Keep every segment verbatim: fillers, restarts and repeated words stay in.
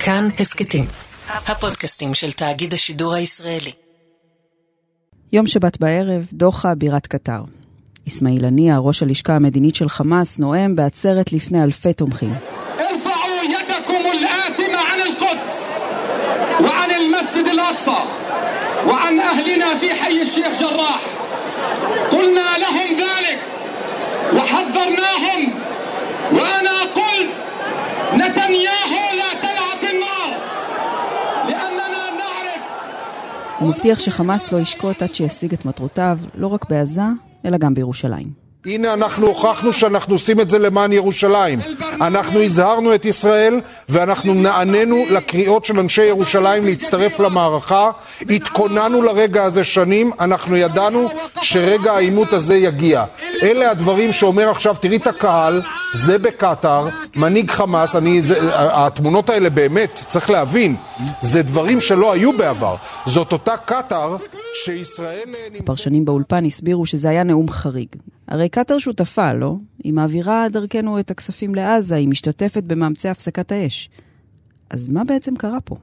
כאן הסקטים, הפודקאסטים של תאגיד השידור הישראלי. יום שבת בערב, דוחה, בירת קטר. אסמאעיל הנייה, ראש הלשכה המדינית של חמאס, נואם בעצרת לפני אלפי תומכים. ارفعوا يدكم الآثمة عن القدس وعن المسجد الأقصى وعن أهلنا في حي الشيخ جراح. قلنا لهم ذلك وحذرناهم وأنا قلت نتنياهو لا تلعب بالنار لأننا نعرف. הוא מבטיח שחמאס לא ישקוט עד שישיג את מטרותיו, לא רק בעזה, אלא גם בירושלים. הנה אנחנו הוכחנו שאנחנו עושים את זה למען ירושלים. אנחנו הזהרנו את ישראל ואנחנו נענינו לקריאות של אנשי ירושלים להצטרף למערכה. התכוננו לרגע הזה שנים, אנחנו ידענו שרגע העימות הזה יגיע. אלה הדברים שאומר עכשיו, תראי את הקהל, זה בקטר, מנהיג חמאס, אני, זה, התמונות האלה באמת, צריך להבין, זה דברים שלא היו בעבר. זאת אותה קטר שישראל... הפרשנים באולפן הסבירו שזה היה נאום חריג. הרי קטר שותפה, לא? היא מעבירה דרכנו את הכספים לעזה, היא משתתפת במאמצי הפסקת האש. אז מה בעצם קרה פה?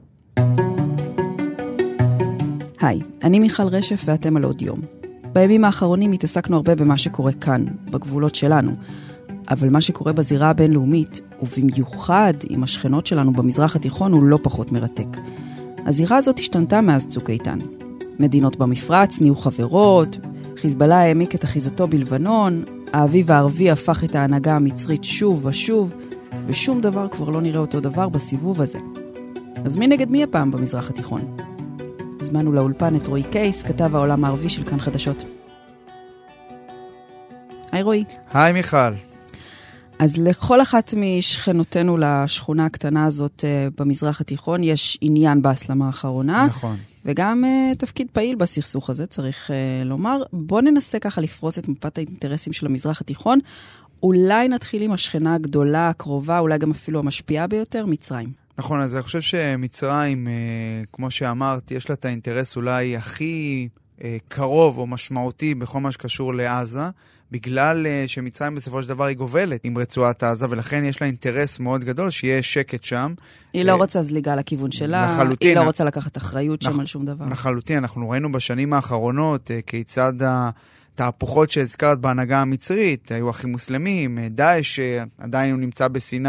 היי, אני מיכל רשף ואתם על עוד יום. בימים האחרונים התעסקנו הרבה במה שקורה כאן, בגבולות שלנו. אבל מה שקורה בזירה הבינלאומית, ובמיוחד עם השכנות שלנו במזרח התיכון, הוא לא פחות מרתק. הזירה הזאת השתנתה מאז צוק איתן. מדינות במפרץ נהיו חברות, חיזבאללה העמיק את אחיזתו בלבנון, האביב הערבי הפך את ההנהגה המצרית שוב ושוב, ושום דבר כבר לא נראה אותו דבר בסיבוב הזה. אז מי נגד מי הפעם במזרח התיכון? הזמנו לאולפן את רועי קייס, כתב העולם הערבי של כאן חדשות. היי רועי. היי מיכל. אז לכל אחת משכנותינו לשכונה הקטנה הזאת במזרח התיכון יש עניין בהסלמה האחרונה. נכון. וגם uh, תפקיד פעיל בסכסוך הזה, צריך uh, לומר. בוא ננסה ככה לפרוס את מפת האינטרסים של המזרח התיכון. אולי נתחיל עם השכנה הגדולה, הקרובה, אולי גם אפילו המשפיעה ביותר, מצרים. נכון, אז אני חושב שמצרים, uh, כמו שאמרת, יש לה את האינטרס אולי הכי uh, קרוב או משמעותי בכל מה שקשור לעזה, בגלל uh, שמצרים בסופו של דבר היא גובלת עם רצועת עזה, ולכן יש לה אינטרס מאוד גדול שיהיה שקט שם. היא לא רוצה זליגה לכיוון שלה, לחלוטין, היא לא רוצה לקחת אחריות נח, שם על שום דבר. לחלוטין, אנחנו ראינו בשנים האחרונות uh, כיצד התהפוכות שהזכרת בהנהגה המצרית, היו הכי מוסלמים, דאעש עדיין הוא נמצא בסיני,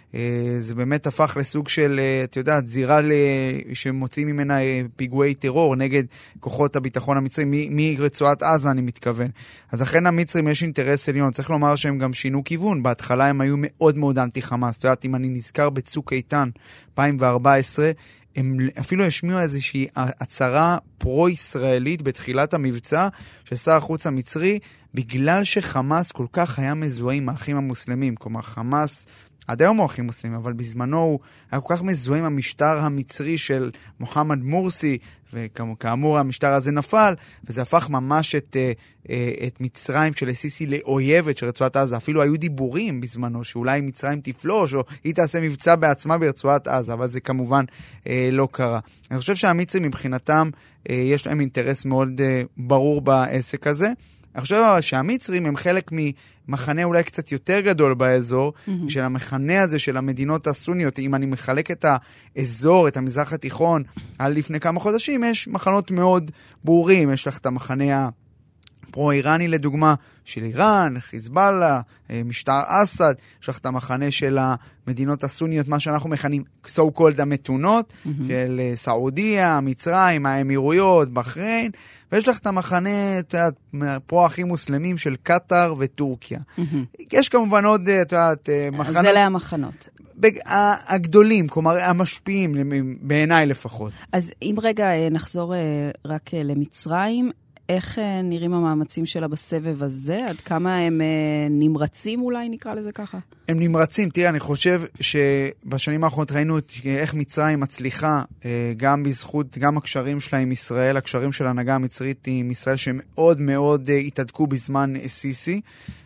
זה באמת הפך לסוג של, את יודעת, זירה שמוצאים ממנה פיגועי טרור נגד כוחות הביטחון המצרים, מרצועת עזה אני מתכוון. אז אכן המצרים יש אינטרס עליון, צריך לומר שהם גם שינו כיוון, בהתחלה הם היו מאוד מאוד אנטי חמאס, את יודעת, אם אני נזכר בצוק איתן, אלפיים וארבע עשרה, הם אפילו השמיעו איזושהי הצהרה פרו-ישראלית בתחילת המבצע של שר החוץ המצרי, בגלל שחמאס כל כך היה מזוהה עם האחים המוסלמים. כלומר, חמאס, עד היום הוא האחים מוסלמים, אבל בזמנו הוא היה כל כך מזוהה עם המשטר המצרי של מוחמד מורסי, וכאמור המשטר הזה נפל, וזה הפך ממש את, את מצרים של הסיסי לאויבת של רצועת עזה. אפילו היו דיבורים בזמנו שאולי מצרים תפלוש, או היא תעשה מבצע בעצמה ברצועת עזה, אבל זה כמובן לא קרה. אני חושב שהמצרים מבחינתם, יש להם אינטרס מאוד ברור בעסק הזה. אני חושב שהמצרים הם חלק ממחנה אולי קצת יותר גדול באזור, mm-hmm. של המחנה הזה של המדינות הסוניות. אם אני מחלק את האזור, את המזרח התיכון, על לפני כמה חודשים, יש מחנות מאוד ברורים. יש לך את המחנה הפרו-איראני לדוגמה, של איראן, חיזבאללה, משטר אסד, יש לך את המחנה של המדינות הסוניות, מה שאנחנו מכנים so called המתונות, mm-hmm. של סעודיה, מצרים, האמירויות, בחריין, ויש לך את המחנה, את יודעת, פרו הכי מוסלמים של קטר וטורקיה. Mm-hmm. יש כמובן עוד, את יודעת, מחנות... זה לה המחנות. הגדולים, כלומר, המשפיעים, בעיניי לפחות. אז אם רגע נחזור רק למצרים, איך נראים המאמצים שלה בסבב הזה? עד כמה הם נמרצים אולי, נקרא לזה ככה? הם נמרצים. תראה, אני חושב שבשנים האחרונות ראינו איך מצרים מצליחה, גם בזכות, גם הקשרים שלה עם ישראל, הקשרים של ההנהגה המצרית עם ישראל, שמאוד מאוד התעדכו בזמן סיסי,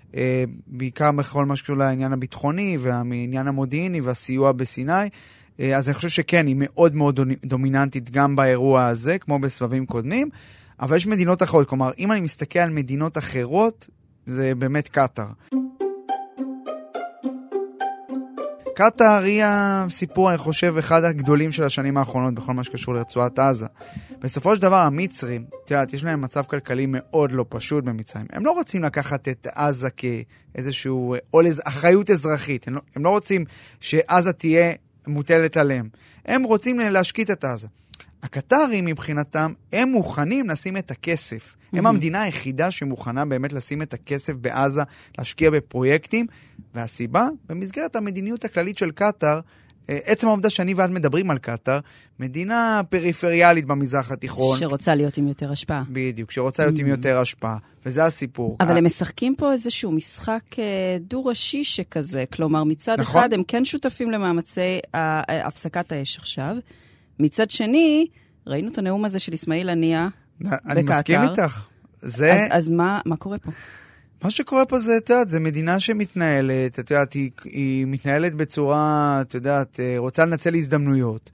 בעיקר בכל מה שקשור לעניין הביטחוני והעניין המודיעיני והסיוע בסיני. אז אני חושב שכן, היא מאוד מאוד דומיננטית גם באירוע הזה, כמו בסבבים קודמים. אבל יש מדינות אחרות, כלומר, אם אני מסתכל על מדינות אחרות, זה באמת קטר. קטר היא הסיפור, אני חושב, אחד הגדולים של השנים האחרונות בכל מה שקשור לרצועת עזה. בסופו של דבר, המצרים, תראה, יש להם מצב כלכלי מאוד לא פשוט במצרים. הם לא רוצים לקחת את עזה כאיזשהו עול אחריות אזרחית. הם לא, הם לא רוצים שעזה תהיה מוטלת עליהם. הם רוצים להשקיט את עזה. הקטרים מבחינתם, הם מוכנים לשים את הכסף. הם המדינה היחידה שמוכנה באמת לשים את הכסף בעזה, להשקיע בפרויקטים, והסיבה, במסגרת המדיניות הכללית של קטר, עצם העובדה שאני ואת מדברים על קטר, מדינה פריפריאלית במזרח התיכון. שרוצה להיות עם יותר השפעה. בדיוק, שרוצה להיות עם יותר השפעה, וזה הסיפור. אבל הם משחקים פה איזשהו משחק דו-ראשי שכזה, כלומר מצד אחד הם כן שותפים למאמצי הפסקת האש עכשיו, מצד שני, ראינו את הנאום הזה של אסמאעיל הנייה בקטר. אני מסכים איתך. זה... אז, אז מה, מה קורה פה? מה שקורה פה זה, את יודעת, זה מדינה שמתנהלת, את יודעת, היא, היא מתנהלת בצורה, את יודעת, רוצה לנצל הזדמנויות.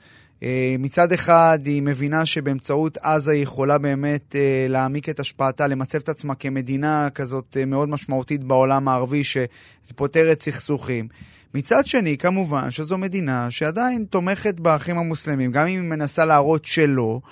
מצד אחד, היא מבינה שבאמצעות עזה היא יכולה באמת להעמיק את השפעתה, למצב את עצמה כמדינה כזאת מאוד משמעותית בעולם הערבי, שפותרת סכסוכים. מצד שני, כמובן, שזו מדינה שעדיין תומכת באחים המוסלמים, גם אם היא מנסה להראות שלא,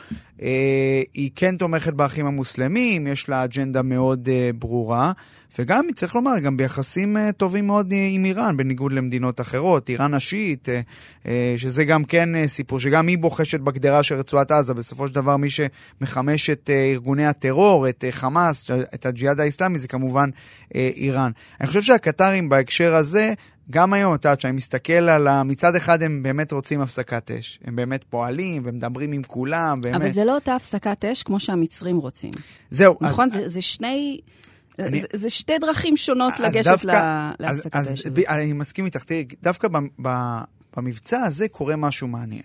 אה, היא כן תומכת באחים המוסלמים, יש לה אג'נדה מאוד אה, ברורה, וגם, צריך לומר, גם ביחסים אה, טובים מאוד אה, עם איראן, בניגוד למדינות אחרות, איראן השיעית, אה, אה, שזה גם כן אה, סיפור, שגם היא בוחשת בגדרה של רצועת עזה, בסופו של דבר מי שמחמש את אה, ארגוני הטרור, את אה, חמאס, את הג'יהאד האסלאמי, זה כמובן אה, איראן. אני חושב שהקטרים בהקשר הזה, גם היום, אתה יודע, שאני מסתכל על מצד אחד הם באמת רוצים הפסקת אש. הם באמת פועלים ומדברים עם כולם. באמת. אבל זה לא אותה הפסקת אש כמו שהמצרים רוצים. זהו. נכון, אז, זה, זה שני... אני, זה, זה שתי דרכים שונות לגשת דווקא, להפסקת אז, אש. אז, אני מסכים איתך. תראי, דווקא ב, ב, במבצע הזה קורה משהו מעניין.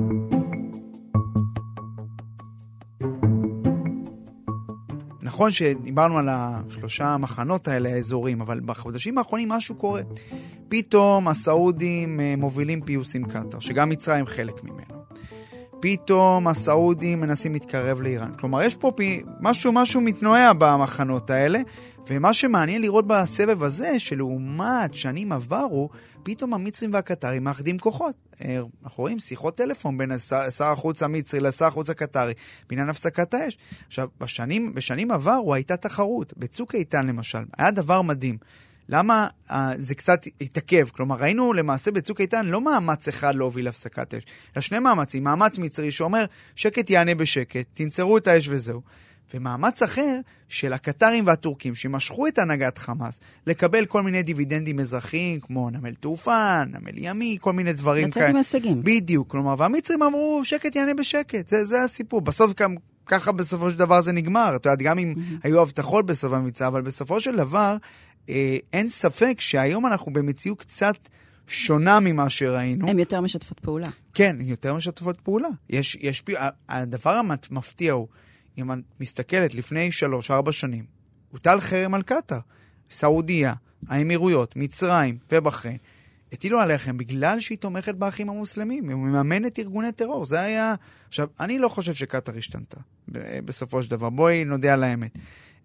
נכון שדיברנו על השלושה מחנות האלה, האזורים, אבל בחודשים האחרונים משהו קורה. פתאום הסעודים מובילים פיוס עם קטר, שגם מצרים חלק ממנו. פתאום הסעודים מנסים להתקרב לאיראן. כלומר, יש פה פי... משהו, משהו מתנועע במחנות האלה, ומה שמעניין לראות בסבב הזה, שלעומת שנים עברו, פתאום המצרים והקטרים מאחדים כוחות. אנחנו רואים שיחות טלפון בין שר החוץ המצרי לשר החוץ הקטרי, בעניין הפסקת האש. עכשיו, בשנים, בשנים עברו הייתה תחרות, בצוק איתן למשל, היה דבר מדהים. למה uh, זה קצת התעכב? כלומר, ראינו למעשה בצוק איתן לא מאמץ אחד להוביל הפסקת אש, אלא שני מאמצים. מאמץ מצרי שאומר, שקט יענה בשקט, תנצרו את האש וזהו. ומאמץ אחר של הקטרים והטורקים שמשכו את הנהגת חמאס לקבל כל מיני דיבידנדים אזרחיים, כמו נמל תעופה, נמל ימי, כל מיני דברים כאלה. לצאת עם הישגים. בדיוק, כלומר, והמצרים אמרו, שקט יענה בשקט, זה, זה הסיפור. בסוף גם ככה בסופו של דבר זה נגמר. אתה יודע, גם אם היו הבטחות בסוף המבצע, אבל בסופו של דבר, אה, אין ספק שהיום אנחנו במציאות קצת שונה ממה שראינו. הם יותר משתפות פעולה. כן, יותר משתפות פעולה. יש, יש, הדבר המפתיע הוא, אם את מסתכלת לפני שלוש, ארבע שנים, הוטל חרם על קטר, סעודיה, האמירויות, מצרים ובחריין, הטילו עליכם בגלל שהיא תומכת באחים המוסלמים, היא מממנת ארגוני טרור, זה היה... עכשיו, אני לא חושב שקטר השתנתה, בסופו של דבר, בואי נודע על האמת.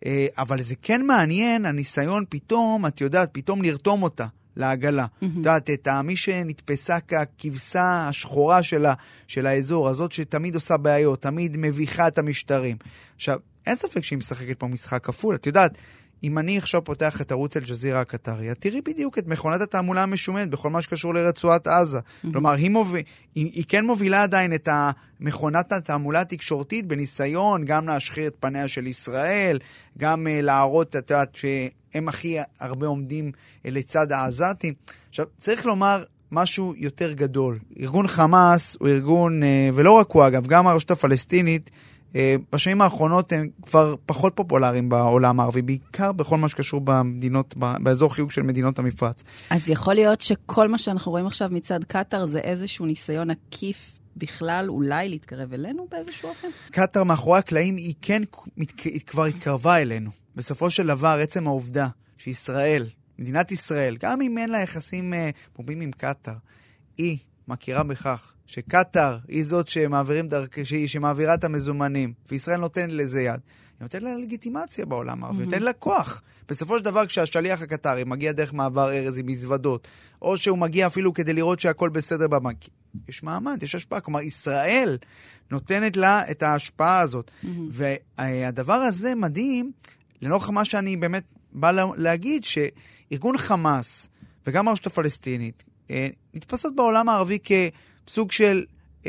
אבל זה כן מעניין, הניסיון פתאום, את יודעת, פתאום לרתום אותה לעגלה. את יודעת, את מי שנתפסה ככבשה השחורה שלה, של האזור, הזאת שתמיד עושה בעיות, תמיד מביכה את המשטרים. עכשיו, אין ספק שהיא משחקת פה משחק כפול, את יודעת, אם אני עכשיו פותח את ערוץ אל-ג'זירה הקטרי, תראי בדיוק את מכונת התעמולה המשומנת בכל מה שקשור לרצועת עזה. כלומר, היא, מוביל, היא, היא כן מובילה עדיין את מכונת התעמולה התקשורתית בניסיון גם להשחיר את פניה של ישראל, גם uh, להראות, את יודעת, שהם הכי הרבה עומדים uh, לצד העזתים. עכשיו, צריך לומר משהו יותר גדול. ארגון חמאס הוא ארגון, uh, ולא רק הוא אגב, גם הרשות הפלסטינית, בשנים האחרונות הם כבר פחות פופולריים בעולם הערבי, בעיקר בכל מה שקשור במדינות, באזור חיוג של מדינות המפרץ. אז יכול להיות שכל מה שאנחנו רואים עכשיו מצד קטר זה איזשהו ניסיון עקיף בכלל אולי להתקרב אלינו באיזשהו אופן? קטר מאחורי הקלעים היא כן היא כבר התקרבה אלינו. בסופו של דבר, עצם העובדה שישראל, מדינת ישראל, גם אם אין לה יחסים פומביים עם קטר, היא מכירה בכך שקטר היא זאת שמעבירים דרכ... שמעבירה את המזומנים, וישראל נותנת לזה יד. נותן לה לגיטימציה בעולם הערבי, נותן לה כוח. בסופו של דבר, כשהשליח הקטרי מגיע דרך מעבר ארז עם מזוודות, או שהוא מגיע אפילו כדי לראות שהכל בסדר בבנק, יש מעמד, יש השפעה. כלומר, ישראל נותנת לה את ההשפעה הזאת. והדבר הזה מדהים, לנוכח מה שאני באמת בא להגיד, שארגון חמאס וגם הרשות הפלסטינית נתפסות בעולם הערבי כסוג של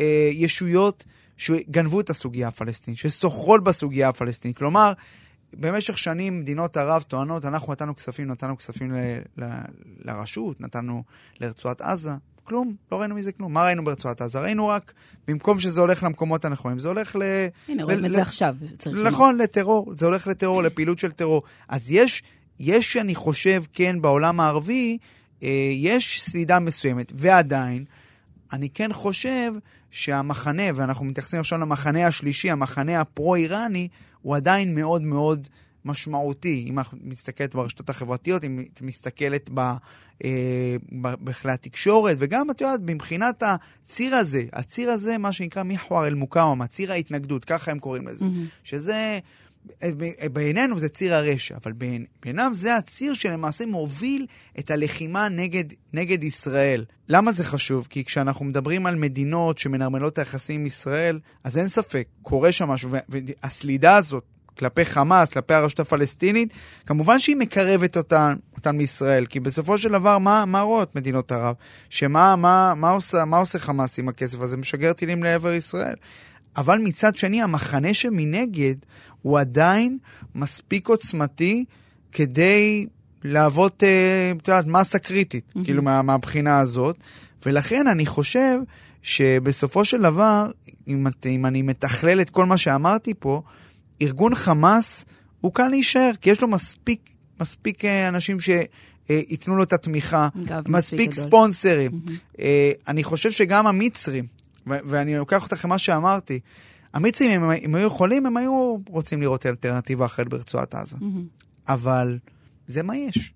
ישויות שגנבו את הסוגיה הפלסטינית, שסוחרות בסוגיה הפלסטינית. כלומר, במשך שנים מדינות ערב טוענות, אנחנו נתנו כספים, נתנו כספים ל- ל- לרשות, נתנו לרצועת עזה, כלום, לא ראינו מזה כלום. מה ראינו ברצועת עזה? ראינו רק, במקום שזה הולך למקומות הנכונים, זה הולך ל... הנה, רואים את זה עכשיו. נכון, לטרור, זה הולך לטרור, לפעילות של טרור. אז יש, יש, אני חושב, כן, בעולם הערבי, יש סלידה מסוימת, ועדיין, אני כן חושב שהמחנה, ואנחנו מתייחסים עכשיו למחנה השלישי, המחנה הפרו-איראני, הוא עדיין מאוד מאוד משמעותי. אם את מסתכלת ברשתות החברתיות, אם את מסתכלת ב, אה, בכלי התקשורת, וגם, את יודעת, מבחינת הציר הזה, הציר הזה, מה שנקרא מחואר אל מוקאומה, ציר ההתנגדות, ככה הם קוראים לזה, mm-hmm. שזה... בעינינו זה ציר הרשע, אבל בעיניו זה הציר שלמעשה מוביל את הלחימה נגד, נגד ישראל. למה זה חשוב? כי כשאנחנו מדברים על מדינות שמנרמלות היחסים עם ישראל, אז אין ספק, קורה שם משהו, והסלידה הזאת כלפי חמאס, כלפי הרשות הפלסטינית, כמובן שהיא מקרבת אותן, אותן מישראל, כי בסופו של דבר, מה, מה רואות מדינות ערב? שמה, מה, מה עושה, מה עושה חמאס עם הכסף הזה? משגר טילים לעבר ישראל. אבל מצד שני, המחנה שמנגד הוא עדיין מספיק עוצמתי כדי להוות, את יודעת, מסה קריטית, mm-hmm. כאילו מה, מהבחינה הזאת. ולכן אני חושב שבסופו של דבר, אם, אם אני מתכלל את כל מה שאמרתי פה, ארגון חמאס הוא כאן להישאר, כי יש לו מספיק, מספיק אנשים שיתנו לו את התמיכה, מספיק, מספיק ספונסרים. Mm-hmm. אני חושב שגם המצרים, ואני לוקח אותך מה שאמרתי, המצרים, אם הם היו יכולים, הם היו רוצים לראות אלטרנטיבה אחרת ברצועת עזה. Mm-hmm. אבל זה מה יש.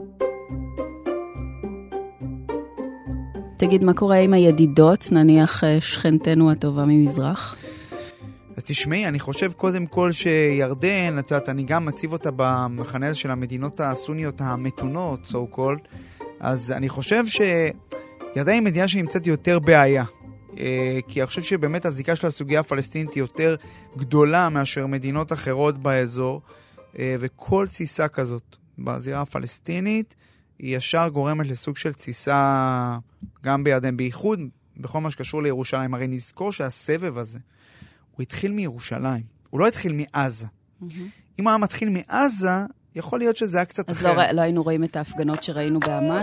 תגיד, מה קורה עם הידידות, נניח שכנתנו הטובה ממזרח? אז תשמעי, אני חושב קודם כל שירדן, את יודעת, אני גם מציב אותה במחנה הזה של המדינות הסוניות המתונות, so called, אז אני חושב שירדן היא מדינה שנמצאת יותר בעיה. כי אני חושב שבאמת הזיקה של הסוגיה הפלסטינית היא יותר גדולה מאשר מדינות אחרות באזור, וכל ציסה כזאת בזירה הפלסטינית היא ישר גורמת לסוג של ציסה גם בירדן, בייחוד בכל מה שקשור לירושלים. הרי נזכור שהסבב הזה הוא התחיל מירושלים, הוא לא התחיל מעזה. Mm-hmm. אם הוא היה מתחיל מעזה, יכול להיות שזה היה קצת אז אחר. אז לא, לא היינו רואים את ההפגנות שראינו באמן?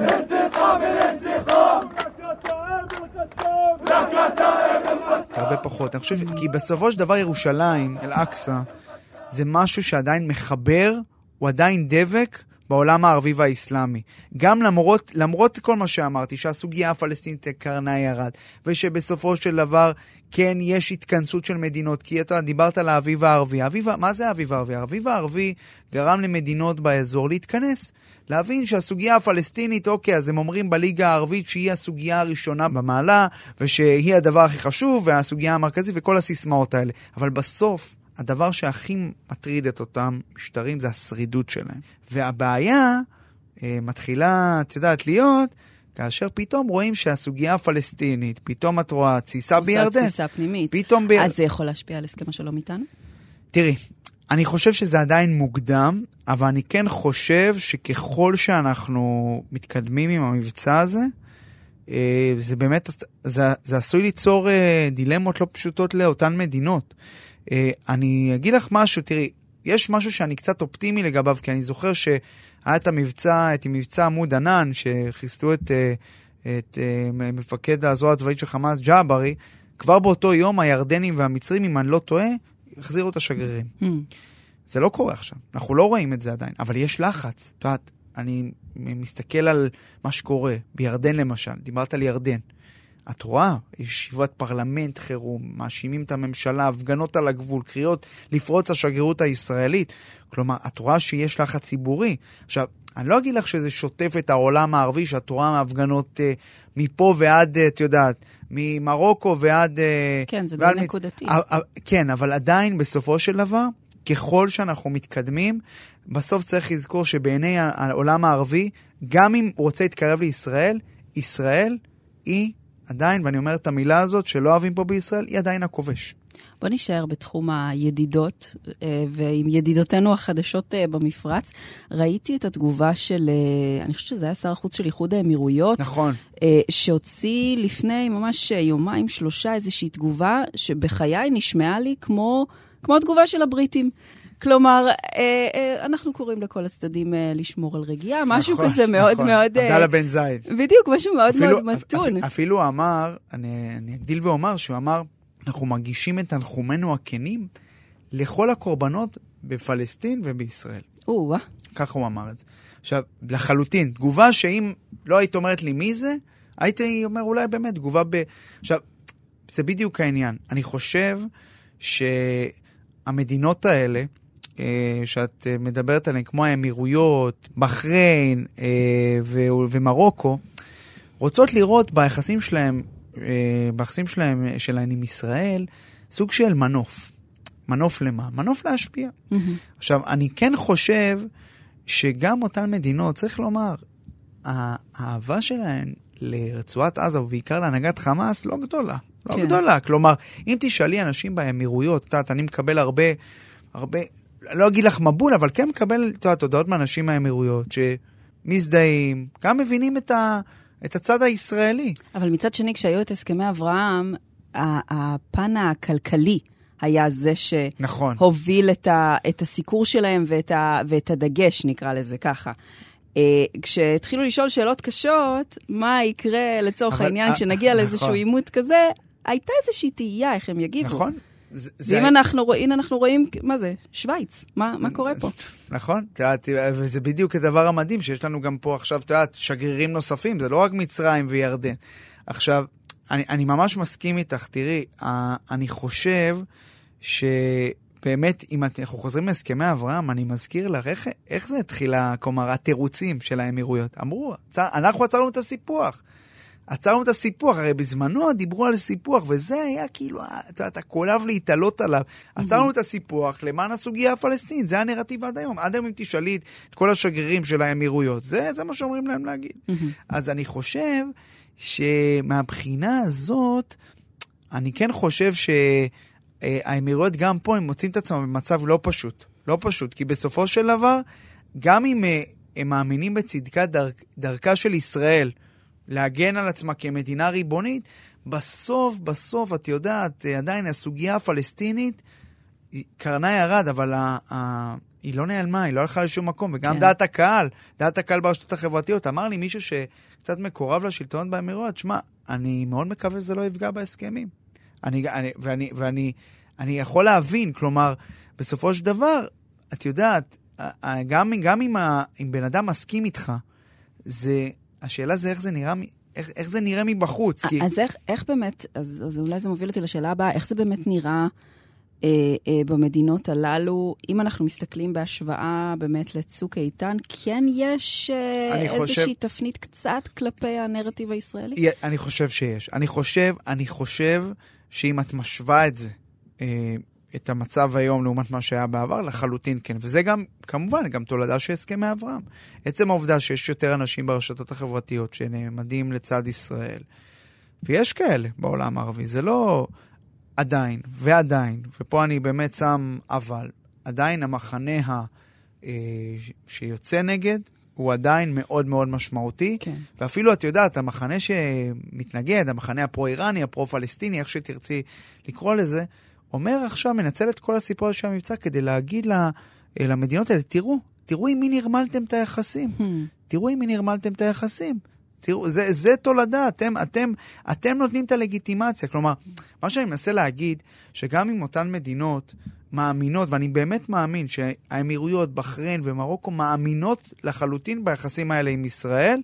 הרבה פחות. אני חושב, כי בסופו של דבר ירושלים, אל-אקסה, זה משהו שעדיין מחבר, הוא עדיין דבק בעולם הערבי והאסלאמי. גם למרות, למרות כל מה שאמרתי, שהסוגיה הפלסטינית קרנה ירד, ושבסופו של דבר כן יש התכנסות של מדינות, כי אתה דיברת על האביב הערבי. האביב, מה זה האביב הערבי? האביב הערבי גרם למדינות באזור להתכנס, להבין שהסוגיה הפלסטינית, אוקיי, אז הם אומרים בליגה הערבית שהיא הסוגיה הראשונה במעלה, ושהיא הדבר הכי חשוב, והסוגיה המרכזית, וכל הסיסמאות האלה. אבל בסוף, הדבר שהכי מטריד את אותם משטרים זה השרידות שלהם. והבעיה אה, מתחילה, את יודעת, להיות, כאשר פתאום רואים שהסוגיה הפלסטינית, פתאום את רואה ציסה בירדן. עושה ציסה פנימית. פתאום בירדן. אז זה יכול להשפיע על הסכם השלום איתנו? תראי, אני חושב שזה עדיין מוקדם, אבל אני כן חושב שככל שאנחנו מתקדמים עם המבצע הזה, אה, זה באמת, זה, זה עשוי ליצור אה, דילמות לא פשוטות לאותן מדינות. אני אגיד לך משהו, תראי, יש משהו שאני קצת אופטימי לגביו, כי אני זוכר שהיה את המבצע, את מבצע עמוד ענן, שחיסלו את, את מפקד הזרוע הצבאית של חמאס, ג'אברי, כבר באותו יום הירדנים והמצרים, אם אני לא טועה, החזירו את השגרירים. Mm. זה לא קורה עכשיו, אנחנו לא רואים את זה עדיין, אבל יש לחץ. את יודעת, אני מסתכל על מה שקורה, בירדן למשל, דיברת על ירדן. את רואה, ישיבת פרלמנט חירום, מאשימים את הממשלה, הפגנות על הגבול, קריאות לפרוץ השגרירות הישראלית. כלומר, את רואה שיש לחץ ציבורי. עכשיו, אני לא אגיד לך שזה שוטף את העולם הערבי, שאת רואה מהפגנות אה, מפה ועד, את יודעת, ממרוקו ועד... אה, כן, זה ועד די מת... נקודתי. אה, אה, כן, אבל עדיין בסופו של דבר, ככל שאנחנו מתקדמים, בסוף צריך לזכור שבעיני העולם הערבי, גם אם הוא רוצה להתקרב לישראל, ישראל היא עדיין, ואני אומר את המילה הזאת, שלא אוהבים פה בישראל, היא עדיין הכובש. בוא נשאר בתחום הידידות, ועם ידידותינו החדשות במפרץ. ראיתי את התגובה של, אני חושבת שזה היה שר החוץ של איחוד האמירויות. נכון. שהוציא לפני ממש יומיים, שלושה, איזושהי תגובה, שבחיי נשמעה לי כמו, כמו התגובה של הבריטים. כלומר, אנחנו קוראים לכל הצדדים לשמור על רגיעה, משהו כזה מאוד מאוד... עבדאללה בן זייד. בדיוק, משהו מאוד מאוד מתון. אפילו אמר, אני אגדיל ואומר, שהוא אמר, אנחנו מרגישים את תנחומינו הכנים לכל הקורבנות בפלסטין ובישראל. או-אה. ככה הוא אמר את זה. עכשיו, לחלוטין, תגובה שאם לא היית אומרת לי מי זה, הייתי אומר אולי באמת תגובה ב... עכשיו, זה בדיוק העניין. אני חושב שהמדינות האלה, שאת מדברת עליהן, כמו האמירויות, בחריין ומרוקו, רוצות לראות ביחסים שלהם, ביחסים שלהם, שלהם עם ישראל, סוג של מנוף. מנוף למה? מנוף להשפיע. Mm-hmm. עכשיו, אני כן חושב שגם אותן מדינות, צריך לומר, האהבה שלהן לרצועת עזה, ובעיקר להנהגת חמאס, לא גדולה. לא כן. גדולה. כלומר, אם תשאלי אנשים באמירויות, תעת, אני מקבל הרבה, הרבה, לא אגיד לך מבול, אבל כן מקבל, תעת, הודעות מאנשים מהאמירויות, שמזדהים, גם מבינים את ה... את הצד הישראלי. אבל מצד שני, כשהיו את הסכמי אברהם, הפן הכלכלי היה זה שהוביל את, ה, את הסיקור שלהם ואת, ה, ואת הדגש, נקרא לזה ככה. כשהתחילו לשאול שאלות קשות, מה יקרה לצורך אבל, העניין, כשנגיע לאיזשהו עימות כזה, הייתה איזושהי תהייה, איך הם יגיבו. נכון. ואם אנחנו רואים, אנחנו רואים, מה זה? שוויץ. מה, מה קורה פה? נכון, וזה בדיוק הדבר המדהים, שיש לנו גם פה עכשיו, תראה, שגרירים נוספים, זה לא רק מצרים וירדן. עכשיו, אני, אני ממש מסכים איתך, תראי, אני חושב שבאמת, אם אנחנו חוזרים להסכמי אברהם, אני מזכיר לך, איך, איך זה התחילה, כלומר, התירוצים של האמירויות? אמרו, אנחנו עצרנו את הסיפוח. עצרנו את הסיפוח, הרי בזמנו דיברו על סיפוח, וזה היה כאילו, אתה, אתה קולב להתעלות עליו. עצרנו את הסיפוח למען הסוגיה הפלסטינית, זה הנרטיב עד היום. עד היום אם תשאלי את כל השגרירים של האמירויות, זה, זה מה שאומרים להם להגיד. אז אני חושב שמהבחינה הזאת, אני כן חושב שהאמירויות גם פה, הם מוצאים את עצמם במצב לא פשוט. לא פשוט, כי בסופו של דבר, גם אם הם מאמינים בצדקת דרכ, דרכה של ישראל, להגן על עצמה כמדינה ריבונית, בסוף, בסוף, את יודעת, עדיין הסוגיה הפלסטינית, קרנה ירד, אבל ה, ה, היא לא נעלמה, היא לא הלכה לשום מקום, וגם כן. דעת הקהל, דעת הקהל ברשתות החברתיות, אמר לי מישהו שקצת מקורב לשלטונות באמירויות, שמה, אני מאוד מקווה שזה לא יפגע בהסכמים. אני, אני, ואני, ואני, אני יכול להבין, כלומר, בסופו של דבר, את יודעת, גם, גם אם, ה, אם בן אדם מסכים איתך, זה... השאלה זה איך זה נראה, איך, איך זה נראה מבחוץ. כי... אז איך, איך באמת, אז, אז אולי זה מוביל אותי לשאלה הבאה, איך זה באמת נראה אה, אה, במדינות הללו, אם אנחנו מסתכלים בהשוואה באמת לצוק איתן, כן יש אה, איזושהי חושב... תפנית קצת כלפי הנרטיב הישראלי? אני חושב שיש. אני חושב, אני חושב שאם את משווה את זה, אה, את המצב היום לעומת מה שהיה בעבר, לחלוטין כן. וזה גם, כמובן, גם תולדה של הסכמי אברהם. עצם העובדה שיש יותר אנשים ברשתות החברתיות שנעמדים לצד ישראל, ויש כאלה בעולם הערבי, זה לא עדיין, ועדיין, ופה אני באמת שם אבל, עדיין המחנה ה, אה, שיוצא נגד, הוא עדיין מאוד מאוד משמעותי, כן. ואפילו את יודעת, המחנה שמתנגד, המחנה הפרו-איראני, הפרו-פלסטיני, איך שתרצי לקרוא לזה, אומר עכשיו, מנצל את כל הסיפור של המבצע כדי להגיד למדינות האלה, תראו, תראו עם מי נרמלתם את היחסים. Hmm. תראו עם מי נרמלתם את היחסים. תראו, זה, זה תולדה, אתם, אתם, אתם נותנים את הלגיטימציה. כלומר, מה שאני מנסה להגיד, שגם עם אותן מדינות מאמינות, ואני באמת מאמין שהאמירויות, בחריין ומרוקו מאמינות לחלוטין ביחסים האלה עם ישראל,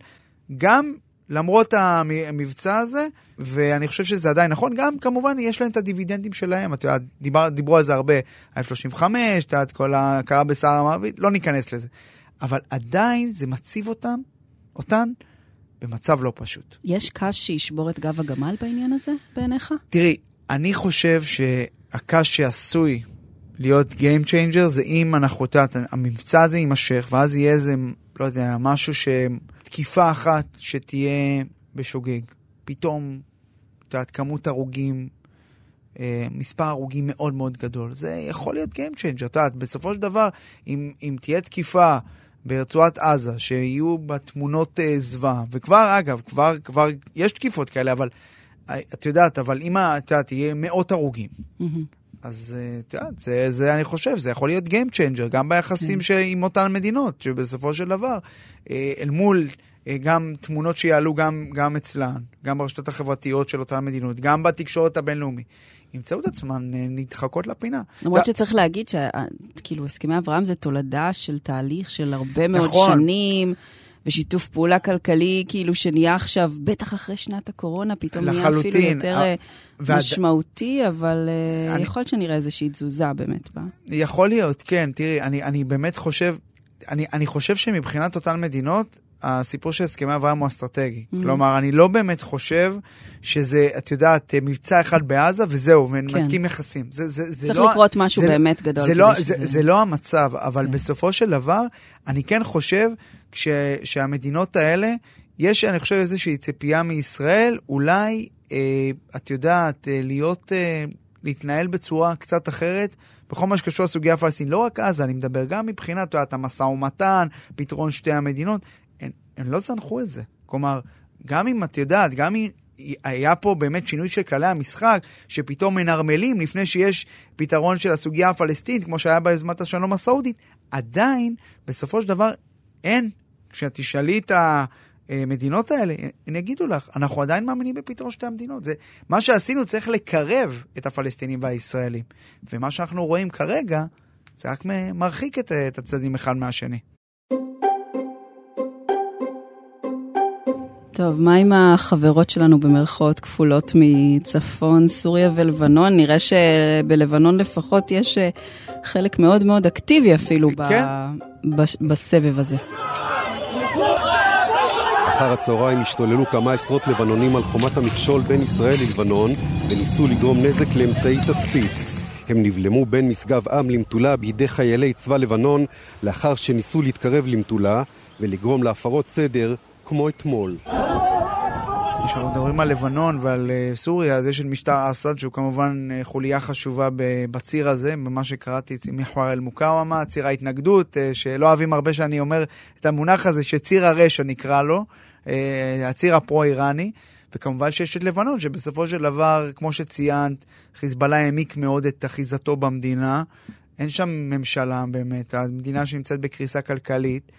גם למרות המבצע הזה, ואני חושב שזה עדיין נכון, גם כמובן יש להם את הדיבידנדים שלהם, אתה יודע, דיבר, דיברו על זה הרבה, ה-אף שלושים וחמש, אתה יודע, כל הקרה בסער המערבית, לא ניכנס לזה. אבל עדיין זה מציב אותם, אותן, במצב לא פשוט. יש קש שישבור את גב הגמל בעניין הזה, בעיניך? תראי, אני חושב שהקש שעשוי להיות Game Changer, זה אם אנחנו, תעת, המבצע הזה יימשך, ואז יהיה איזה, לא יודע, משהו ש... תקיפה אחת שתהיה בשוגג. פתאום, תעת, כמות הרוגים, מספר הרוגים מאוד מאוד גדול. זה יכול להיות Game Changer, תעת, בסופו של דבר, אם, אם תהיה תקיפה ברצועת עזה, שיהיו בתמונות זווה, וכבר, אגב, כבר, כבר יש תקיפות כאלה, אבל, את יודעת, אבל אם, את יודעת, תהיה מאות הרוגים. אז, את יודעת, זה, זה, אני חושב, זה יכול להיות Game Changer, גם ביחסים של, עם אותן מדינות, שבסופו של דבר, אל מול גם תמונות שיעלו גם, גם אצלן, גם ברשתות החברתיות של אותן מדינות, גם בתקשורת הבינלאומי, ימצאו את עצמן נדחקות לפינה. למרות שצריך להגיד שכאילו הסכמי אברהם זה תולדה של תהליך של הרבה מאוד שנים, ושיתוף פעולה כלכלי, כאילו שנהיה עכשיו, בטח אחרי שנת הקורונה, פתאום נהיה אפילו יותר משמעותי, אבל יכול להיות שנראה איזושהי תזוזה באמת. יכול להיות, כן. תראי, אני באמת חושב, אני חושב שמבחינת אותן מדינות, הסיפור של הסכמי אברהם הוא אסטרטגי. כלומר, אני לא באמת חושב שזה, את יודעת, מבצע אחד בעזה, וזהו, ונמתקים יחסים. צריך לקרות משהו באמת גדול. זה לא המצב, אבל בסופו של דבר, אני כן חושב שהמדינות האלה, יש, אני חושב, איזושהי ציפייה מישראל, אולי, את יודעת, להיות, להתנהל בצורה קצת אחרת, בכל מה שקשור לסוגיה הפלסטינית, לא רק עזה, אני מדבר גם מבחינת, את המשא ומתן, פתרון שתי המדינות, הם לא זנחו את זה. כלומר, גם אם את יודעת, גם אם היה פה באמת שינוי של כללי המשחק, שפתאום מנרמלים לפני שיש פתרון של הסוגיה הפלסטינית, כמו שהיה ביוזמת השלום הסעודית, עדיין, בסופו של דבר, אין. כשאת תשאלי את המדינות האלה, הם יגידו לך, אנחנו עדיין מאמינים בפתרון שתי המדינות. זה, מה שעשינו צריך לקרב את הפלסטינים והישראלים. ומה שאנחנו רואים כרגע, זה רק מרחיק את, את הצדדים אחד מהשני. טוב, מה עם החברות שלנו במרכאות כפולות מצפון, סוריה ולבנון? נראה שבלבנון לפחות יש חלק מאוד מאוד אקטיבי אפילו כן. ב- בסבב הזה. אחר הצהריים השתוללו כמה עשרות לבנונים על חומת המכשול בין ישראל ללבנון וניסו לגרום נזק לאמצעי תצפית. הם נבלמו בין משגב עם למטולה בידי חיילי צבא לבנון לאחר שניסו להתקרב למטולה ולגרום להפרות סדר כמו אתמול. כשאנחנו מדברים על לבנון ועל סוריה, אז יש את משטר אסד שהוא כמובן חוליה חשובה בציר הזה, במה שקראתי מחואר אל מוקאוומה, ציר ההתנגדות, שלא אוהבים הרבה שאני אומר את המונח הזה, שציר הרשע נקרא לו, הציר הפרו-איראני, וכמובן שיש את לבנון, שבסופו של דבר, כמו שציינת, חיזבאללה העמיק מאוד את אחיזתו במדינה, אין שם ממשלה באמת, המדינה שנמצאת בקריסה כלכלית,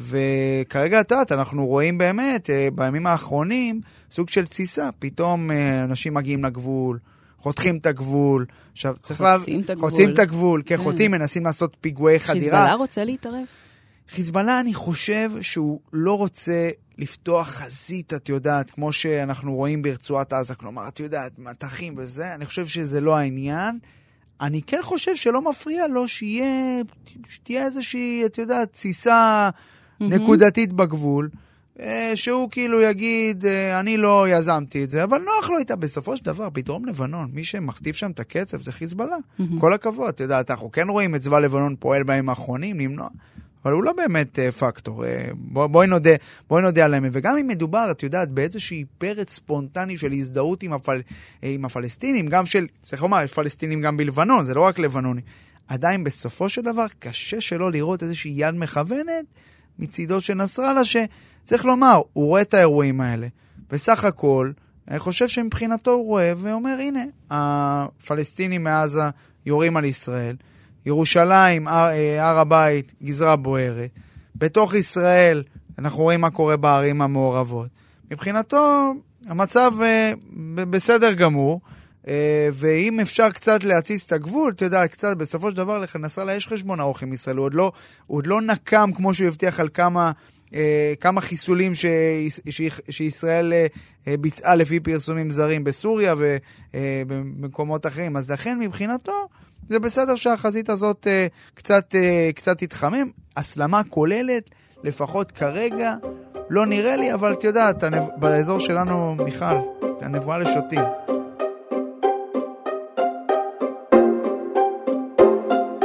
וכרגע התת, אנחנו רואים באמת, בימים האחרונים, סוג של תסיסה. פתאום אנשים מגיעים לגבול, חותכים את הגבול. עכשיו, צריך חוצים לה... את הגבול. חוצים את הגבול, כן, חוצים, מנסים לעשות פיגועי חדירה. חיזבאללה רוצה להתערב? חיזבאללה, אני חושב שהוא לא רוצה לפתוח חזית, את יודעת, כמו שאנחנו רואים ברצועת עזה, כלומר, את יודעת, מתחים וזה, אני חושב שזה לא העניין. אני כן חושב שלא מפריע לו שיהיה, שתהיה איזושהי, את יודעת, תסיסה נקודתית בגבול, שהוא כאילו יגיד, אני לא יזמתי את זה, אבל נוח לו איתה בסופו של דבר, פתרום לבנון, מי שמכתיב שם את הקצב זה חיזבאללה. כל הכבוד, אתה יודע, אנחנו כן רואים את צבא לבנון פועל בהם האחרונים, למנוע, אבל הוא לא באמת פקטור. בוא, בואי נודה, בואי נודה עליהם. וגם אם מדובר, את יודעת, באיזושהי פרץ ספונטני של הזדהות עם, הפל, עם הפלסטינים, גם של, צריך לומר, יש פלסטינים גם בלבנון, זה לא רק לבנוני. עדיין בסופו של דבר, קשה שלא לראות איזושהי יד מכוונת, מצידו של נסראללה, שצריך לומר, הוא רואה את האירועים האלה. בסך הכל, אני חושב שמבחינתו הוא רואה, ואומר, הנה, הפלסטינים מעזה יורים על ישראל, ירושלים, הר הבית, גזרה בוערת. בתוך ישראל, אנחנו רואים מה קורה בערים המעורבות. מבחינתו, המצב בסדר גמור, ואם אפשר קצת להציץ את הגבול, אתה יודע, קצת בסופו של דבר לנסראללה יש חשבון ארוך עם ישראל, הוא עוד לא, הוא עוד לא נקם כמו שהוא הבטיח על כמה, כמה חיסולים ש, ש, שישראל ביצעה לפי פרסומים זרים בסוריה ובמקומות אחרים. אז לכן מבחינתו, זה בסדר שהחזית הזאת קצת, קצת תתחמם. הסלמה כוללת, לפחות כרגע, לא נראה לי, אבל אתה יודעת, באזור שלנו, מיכל, הנבואה לשוטים.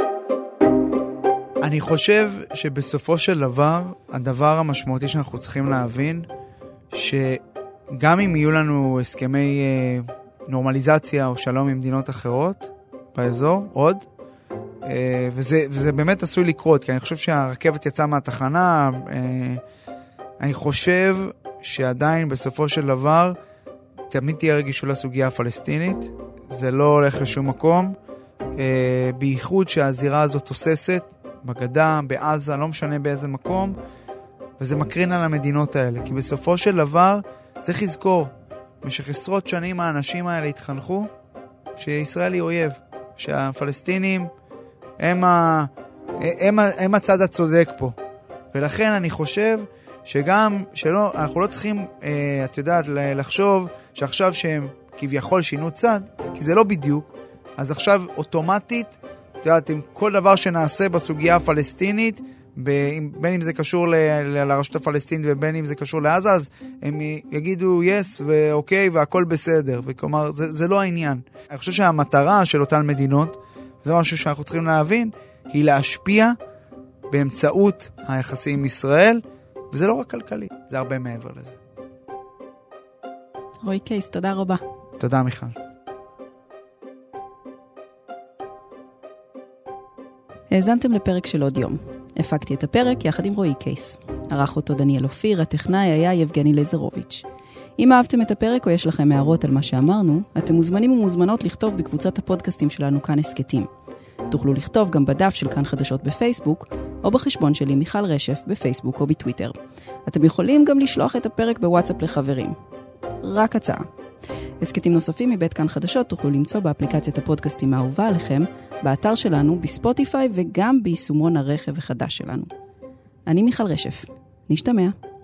אני חושב שבסופו של דבר, הדבר המשמעותי שאנחנו צריכים להבין, שגם אם יהיו לנו הסכמי אה, נורמליזציה או שלום עם מדינות אחרות באזור, עוד, אה, וזה, וזה באמת עשוי לקרות, כי אני חושב שהרכבת יצאה מהתחנה, אה, אני חושב שעדיין בסופו של דבר, תמיד תהיה רגישות לסוגיה הפלסטינית, זה לא הולך לשום מקום, אה, בייחוד שהזירה הזאת תוססת, בגדה, בעזה, לא משנה באיזה מקום, וזה מקרין על המדינות האלה, כי בסופו של דבר צריך לזכור, במשך עשרות שנים האנשים האלה התחנכו, שישראל היא אויב, שהפלסטינים הם, ה... הם, ה... הם הצד הצודק פה, ולכן אני חושב שגם, שלא, אנחנו לא צריכים, אה, את יודעת, לחשוב שעכשיו שהם כביכול שינו צד, כי זה לא בדיוק, אז עכשיו אוטומטית, את יודעת, עם כל דבר שנעשה בסוגיה הפלסטינית, בין אם זה קשור ל- לרשות הפלסטינית ובין אם זה קשור לעזה, אז הם יגידו yes ואוקיי והכל בסדר. וכלומר, זה, זה לא העניין. אני חושב שהמטרה של אותן מדינות, זה משהו שאנחנו צריכים להבין, היא להשפיע באמצעות היחסים עם ישראל, וזה לא רק כלכלי, זה הרבה מעבר לזה. רועי קייס, תודה רבה. תודה מיכל. האזנתם לפרק של עוד יום. הפקתי את הפרק יחד עם רועי קייס. ערך אותו דניאל אופיר, הטכנאי היה יבגני לזרוביץ'. אם אהבתם את הפרק או יש לכם הערות על מה שאמרנו, אתם מוזמנים ומוזמנות לכתוב בקבוצת הפודקאסטים שלנו כאן הסקטים. תוכלו לכתוב גם בדף של כאן חדשות בפייסבוק, או בחשבון שלי מיכל רשף בפייסבוק או בטוויטר. אתם יכולים גם לשלוח את הפרק בוואטסאפ לחברים. רק הצעה. הסקטים נוספים מבית כאן חדשות תוכלו למצוא באפליקציית הפודקאסטים האהובה עליכם, באתר שלנו, בספוטיפיי וגם ביישומון הרכב החדש שלנו. אני מיכל רשף. נשתמע.